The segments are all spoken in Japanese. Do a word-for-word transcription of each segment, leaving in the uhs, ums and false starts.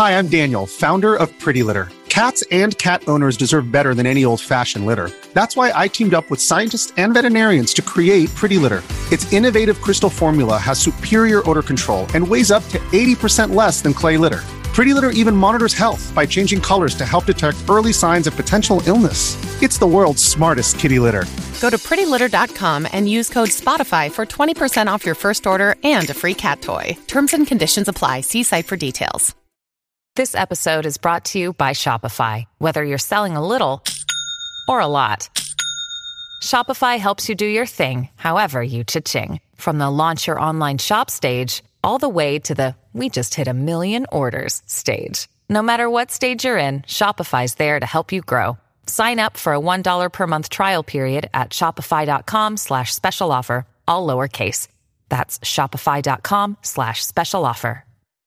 Hi, I'm Daniel, founder of Pretty Litter. Cats and cat owners deserve better than any old-fashioned litter. That's why I teamed up with scientists and veterinarians to create Pretty Litter. Its innovative crystal formula has superior odor control and weighs up to eighty percent less than clay litter. Pretty Litter even monitors health by changing colors to help detect early signs of potential illness. It's the world's smartest kitty litter. Go to pretty litter dot com and use code SPOTIFY for twenty percent off your first order and a free cat toy. Terms and conditions apply. See site for details. This episode is brought to you by Shopify. Whether you're selling a little or a lot, Shopify helps you do your thing, however you cha-ching. From the launch your online shop stage, all the way to the we just hit a million orders stage. No matter what stage you're in, Shopify's there to help you grow. Sign up for a one dollar per month trial period at shopify.com slash special offer, all lowercase. That's shopify.com slash special offer.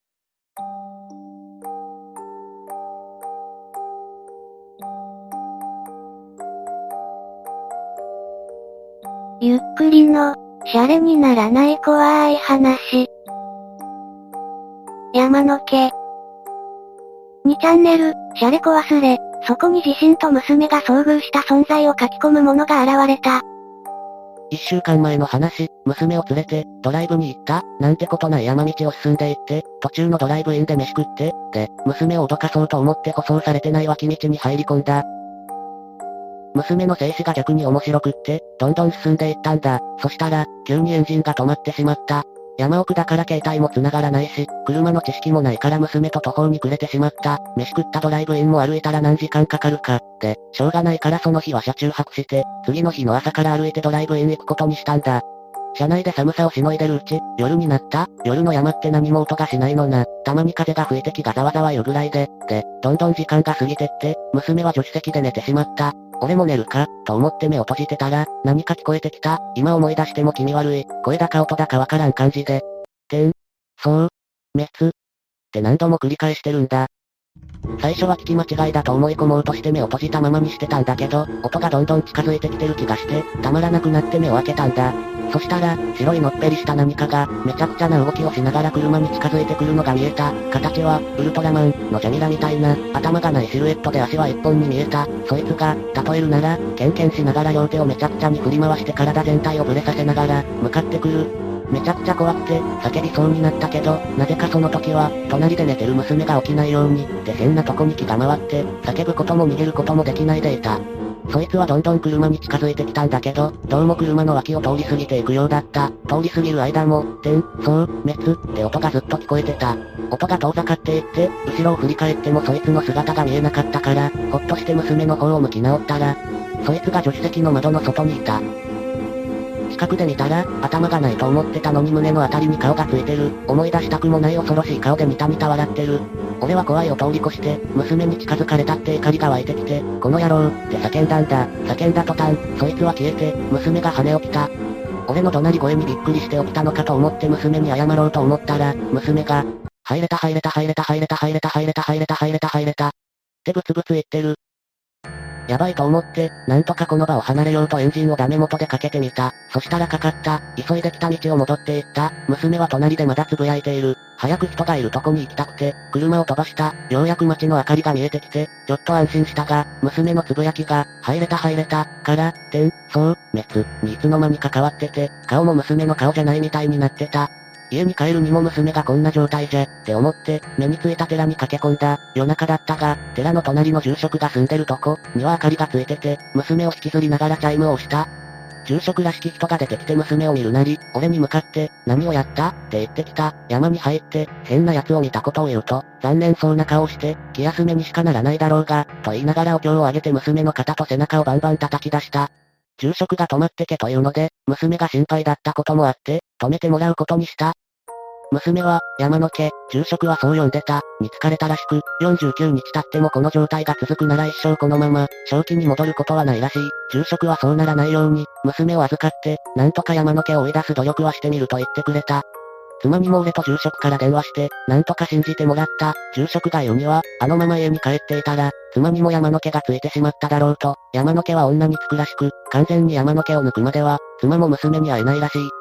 ゆっくりの、シャレにならない怖い話。山の毛。にチャンネル、シャレコ忘れ、そこに自身と娘が遭遇した存在を書き込む者が現れた。 一週間前の話、娘を連れて、ドライブに行った、なんてことない山道を進んで行って、途中のドライブインで飯食って、で、娘を脅かそうと思って舗装されてない脇道に入り込んだ。娘の静止が逆に面白くって、どんどん進んでいったんだ。そしたら、急にエンジンが止まってしまった。山奥だから携帯も繋がらないし、車の知識もないから娘と途方に暮れてしまった。飯食ったドライブインも歩いたら何時間かかるか。で、しょうがないからその日は車中泊して、次の日の朝から歩いてドライブイン行くことにしたんだ。車内で寒さをしのいでるうち、夜になった。夜の山って何も音がしないのな。たまに風が吹いて木がざわざわ言うぐらいで、で、どんどん時間が過ぎてって、娘は助手席で寝てしまった。俺も寝るか、と思って目を閉じてたら、何か聞こえてきた。今思い出しても気味悪い。声だか音だかわからん感じで。てん、そう、滅、って何度も繰り返してるんだ。最初は聞き間違いだと思い込もうとして目を閉じたままにしてたんだけど、音がどんどん近づいてきてる気がして、たまらなくなって目を開けたんだ。そしたら、白いのっぺりした何かが、めちゃくちゃな動きをしながら車に近づいてくるのが見えた。形は、ウルトラマンのジャミラみたいな、頭がないシルエットで足は一本に見えた。そいつが、例えるなら、ケンケンしながら両手をめちゃくちゃに振り回して体全体をブレさせながら、向かってくる。めちゃくちゃ怖くて、叫びそうになったけど、なぜかその時は、隣で寝てる娘が起きないように、って変なとこに気が回って、叫ぶことも逃げることもできないでいた。そいつはどんどん車に近づいてきたんだけど、どうも車の脇を通り過ぎていくようだった。通り過ぎる間も、てん、そう、滅、って音がずっと聞こえてた。音が遠ざかっていって、後ろを振り返ってもそいつの姿が見えなかったから、ほっとして娘の方を向き直ったら、そいつが助手席の窓の外にいた。近くで見たら、頭がないと思ってたのに胸のあたりに顔がついてる。思い出したくもない恐ろしい顔でニタニタ笑ってる。俺は怖いを通り越して、娘に近づかれたって怒りが湧いてきて、この野郎、って叫んだんだ。叫んだ途端、そいつは消えて、娘が跳ね起きた。俺の怒鳴り声にびっくりして起きたのかと思って娘に謝ろうと思ったら、娘が、入れた入れた入れた入れた入れた入れた入れた入れた入れた。ってブツブツ言ってる。やばいと思って、なんとかこの場を離れようとエンジンをダメ元でかけてみた。そしたらかかった。急いで来た道を戻っていった。娘は隣でまだつぶやいている。早く人がいるとこに行きたくて、車を飛ばした。ようやく街の明かりが見えてきて、ちょっと安心したが、娘のつぶやきが、入れた入れた、から、てん、そう、滅、にいつの間にか変わってて、顔も娘の顔じゃないみたいになってた。家に帰るにも娘がこんな状態じゃ、って思って、目についた寺に駆け込んだ。夜中だったが、寺の隣の住職が住んでるとこ、には明かりがついてて、娘を引きずりながらチャイムを押した。住職らしき人が出てきて娘を見るなり、俺に向かって、何をやったって言ってきた。山に入って、変な奴を見たことを言うと、残念そうな顔をして、気休めにしかならないだろうが、と言いながらお経を上げて娘の肩と背中をバンバン叩き出した。住職が止まってけというので、娘が心配だったこともあって、止めてもらうことにした。娘は、山の毛、住職はそう呼んでた、に疲れたらしく、よんじゅうきゅうにち経ってもこの状態が続くなら一生このまま、正気に戻ることはないらしい。住職はそうならないように、娘を預かって、なんとか山の毛を追い出す努力はしてみると言ってくれた。妻にも俺と住職から電話して、なんとか信じてもらった。住職が言うには、あのまま家に帰っていたら、妻にも山の毛がついてしまっただろうと、山の毛は女につくらしく、完全に山の毛を抜くまでは、妻も娘に会えないらしい。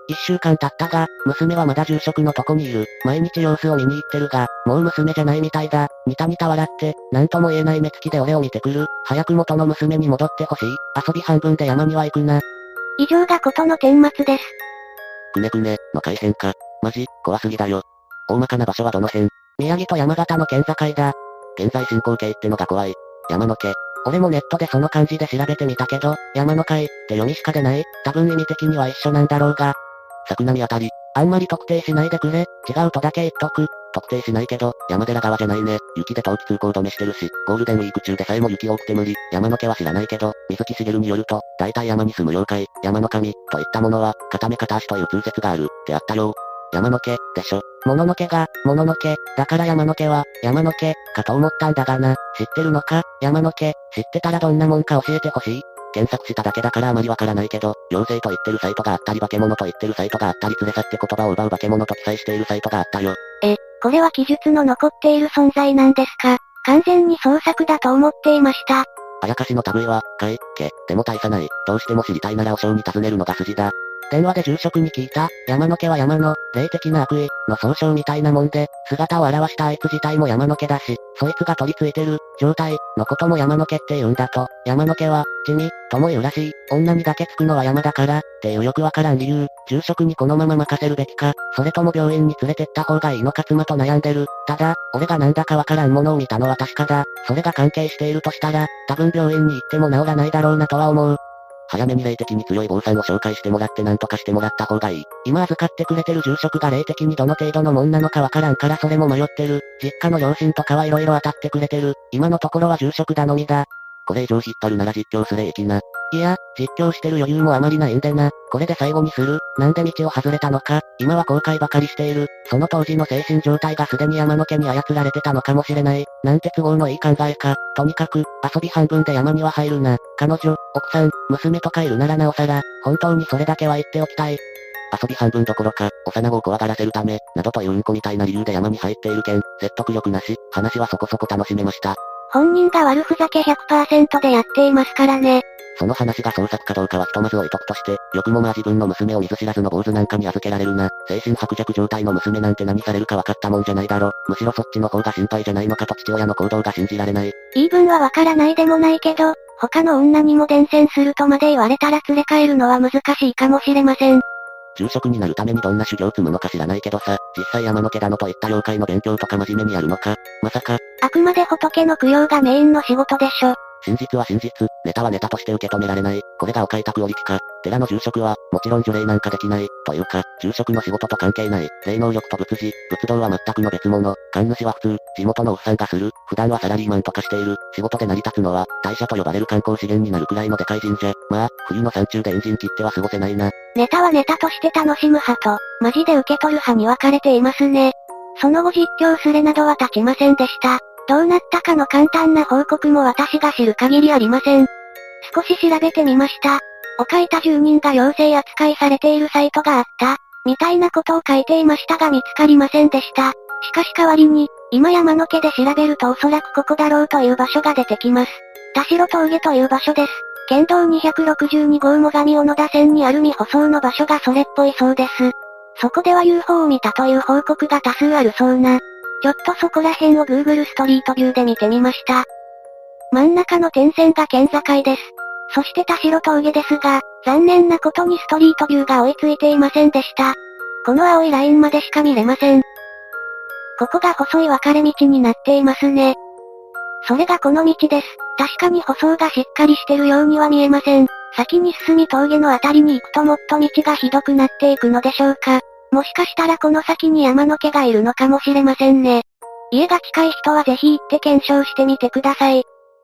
一週間経ったが、娘はまだ住職のとこにいる。毎日様子を見に行ってるが、もう娘じゃないみたいだ。ニタニタ笑って、なんとも言えない目つきで俺を見てくる。早く元の娘に戻ってほしい。遊び半分で山には行くな。 以上が事の顛末です。 くねくね、の改変か。マジ、怖すぎだよ。大まかな場所はどの辺？宮城と山形の県境だ。現在進行形ってのが怖い。山の家。俺もネットでその漢字で調べてみたけど、山の会って読みしか出ない。多分意味的には一緒なんだろうが。作並あたり。あんまり特定しないでくれ。違うとだけ言っとく。特定しないけど、山寺川じゃないね。雪で冬季通行止めしてるし、ゴールデンウィーク中でさえも雪多くて無理。山の家は知らないけど、水木しげるによると、大体山に住む妖怪、山の神、といったものは、片目片足という通説がある、ってあったよ。山の家、でしょ。もののけが、もののけ、だから山の家は、山の家、かと思ったんだがな。知ってるのか？山の家、知ってたらどんなもんか教えてほしい。検索しただけだからあまりわからないけど、妖精と言ってるサイトがあったり化け物と言ってるサイトがあったり連れ去って言葉を奪う化け物と記載しているサイトがあったよ。 え、これは記述の残っている存在なんですか？完全に創作だと思っていました。 あやかしの類は、かい、け、でも大差ない。どうしても知りたいならお尚に尋ねるのが筋だ。電話で住職に聞いた、山の家は山の、霊的な悪意、の総称みたいなもんで、姿を現したあいつ自体も山の家だし、そいつが取り付いてる、状態、のことも山の家って言うんだと、山の家は、地味、とも言うらしい、女にだけつくのは山だから、っていうよくわからん理由、住職にこのまま任せるべきか、それとも病院に連れてった方がいいのか妻と悩んでる。ただ、俺がなんだかわからんものを見たのは確かだ。それが関係しているとしたら、多分病院に行っても治らないだろうなとは思う。早めに霊的に強い坊さんを紹介してもらって何とかしてもらった方がいい。今預かってくれてる住職が霊的にどの程度のもんなのかわからんからそれも迷ってる。実家の両親とかは色々当たってくれてる。今のところは住職頼みだ。これ以上引っ張るなら実況すれいきな。いや、実況してる余裕もあまりないんでな。これで最後にする。なんで道を外れたのか。今は後悔ばかりしている。その当時の精神状態がすでに山の家に操られてたのかもしれない。なんて都合のいい考えか。とにかく、遊び半分で山には入るな。彼女、奥さん、娘とかいるならなおさら、本当にそれだけは言っておきたい。遊び半分どころか、幼子を怖がらせるため、などといううんこみたいな理由で山に入っている件、説得力なし、話はそこそこ楽しめました。 本人が悪ふざけ ひゃくパーセント でやっていますからね。 その話が創作かどうかはひとまず置いとくとして、よくもまあ自分の娘を見ず知らずの坊主なんかに預けられるな。精神薄弱状態の娘なんて何されるか分かったもんじゃないだろ。むしろそっちの方が心配じゃないのかと父親の行動が信じられない。 言い分はわからないでもないけど、他の女にも伝染するとまで言われたら連れ帰るのは難しいかもしれません。 住職になるためにどんな修行を積むのか知らないけどさ、実際山の家だのといった妖怪の勉強とか真面目にやるのか。まさか。 あくまで仏の供養がメインの仕事でしょ。 真実は真実、ネタはネタとして受け止められない。これがお開拓お力か。寺の住職は、もちろん除霊なんかできない。というか、住職の仕事と関係ない。霊能力と仏事、仏道は全くの別物。神主は普通、地元のおっさんがする。普段はサラリーマンとかしている。仕事で成り立つのは、大社と呼ばれる観光資源になるくらいのでかい神社。まあ、冬の山中でエンジン切っては過ごせないな。 ネタはネタとして楽しむ派と、マジで受け取る派に分かれていますね。その後実況すれなどは立ちませんでした。どうなったかの簡単な報告も私が知る限りありません。少し調べてみました。を書いた住人が妖精扱いされているサイトがあった、みたいなことを書いていましたが見つかりませんでした。しかし代わりに、今山の家で調べるとおそらくここだろうという場所が出てきます。田代峠という場所です。県道にひゃくろくじゅうにごう最上小野田線にある未舗装の場所がそれっぽいそうです。そこでは ユーフォー を見たという報告が多数あるそうな。ちょっとそこら辺を Google ストリートビューで見てみました。真ん中の点線が県境です。そして田代峠ですが、残念なことにストリートビューが追いついていませんでした。この青いラインまでしか見れません。ここが細い分かれ道になっていますね。それがこの道です。確かに舗装がしっかりしてるようには見えません。先に進み峠のあたりに行くともっと道がひどくなっていくのでしょうか。もしかしたらこの先に山の家がいるのかもしれませんね。家が近い人はぜひ行って検証してみてください。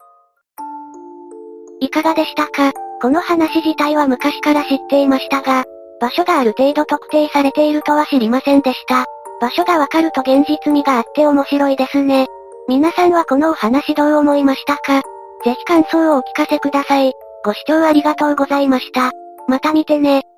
いかがでしたか？この話自体は昔から知っていましたが、場所がある程度特定されているとは知りませんでした。場所がわかると現実味があって面白いですね。皆さんはこのお話どう思いましたか？ぜひ感想をお聞かせください。ご視聴ありがとうございました。また見てね。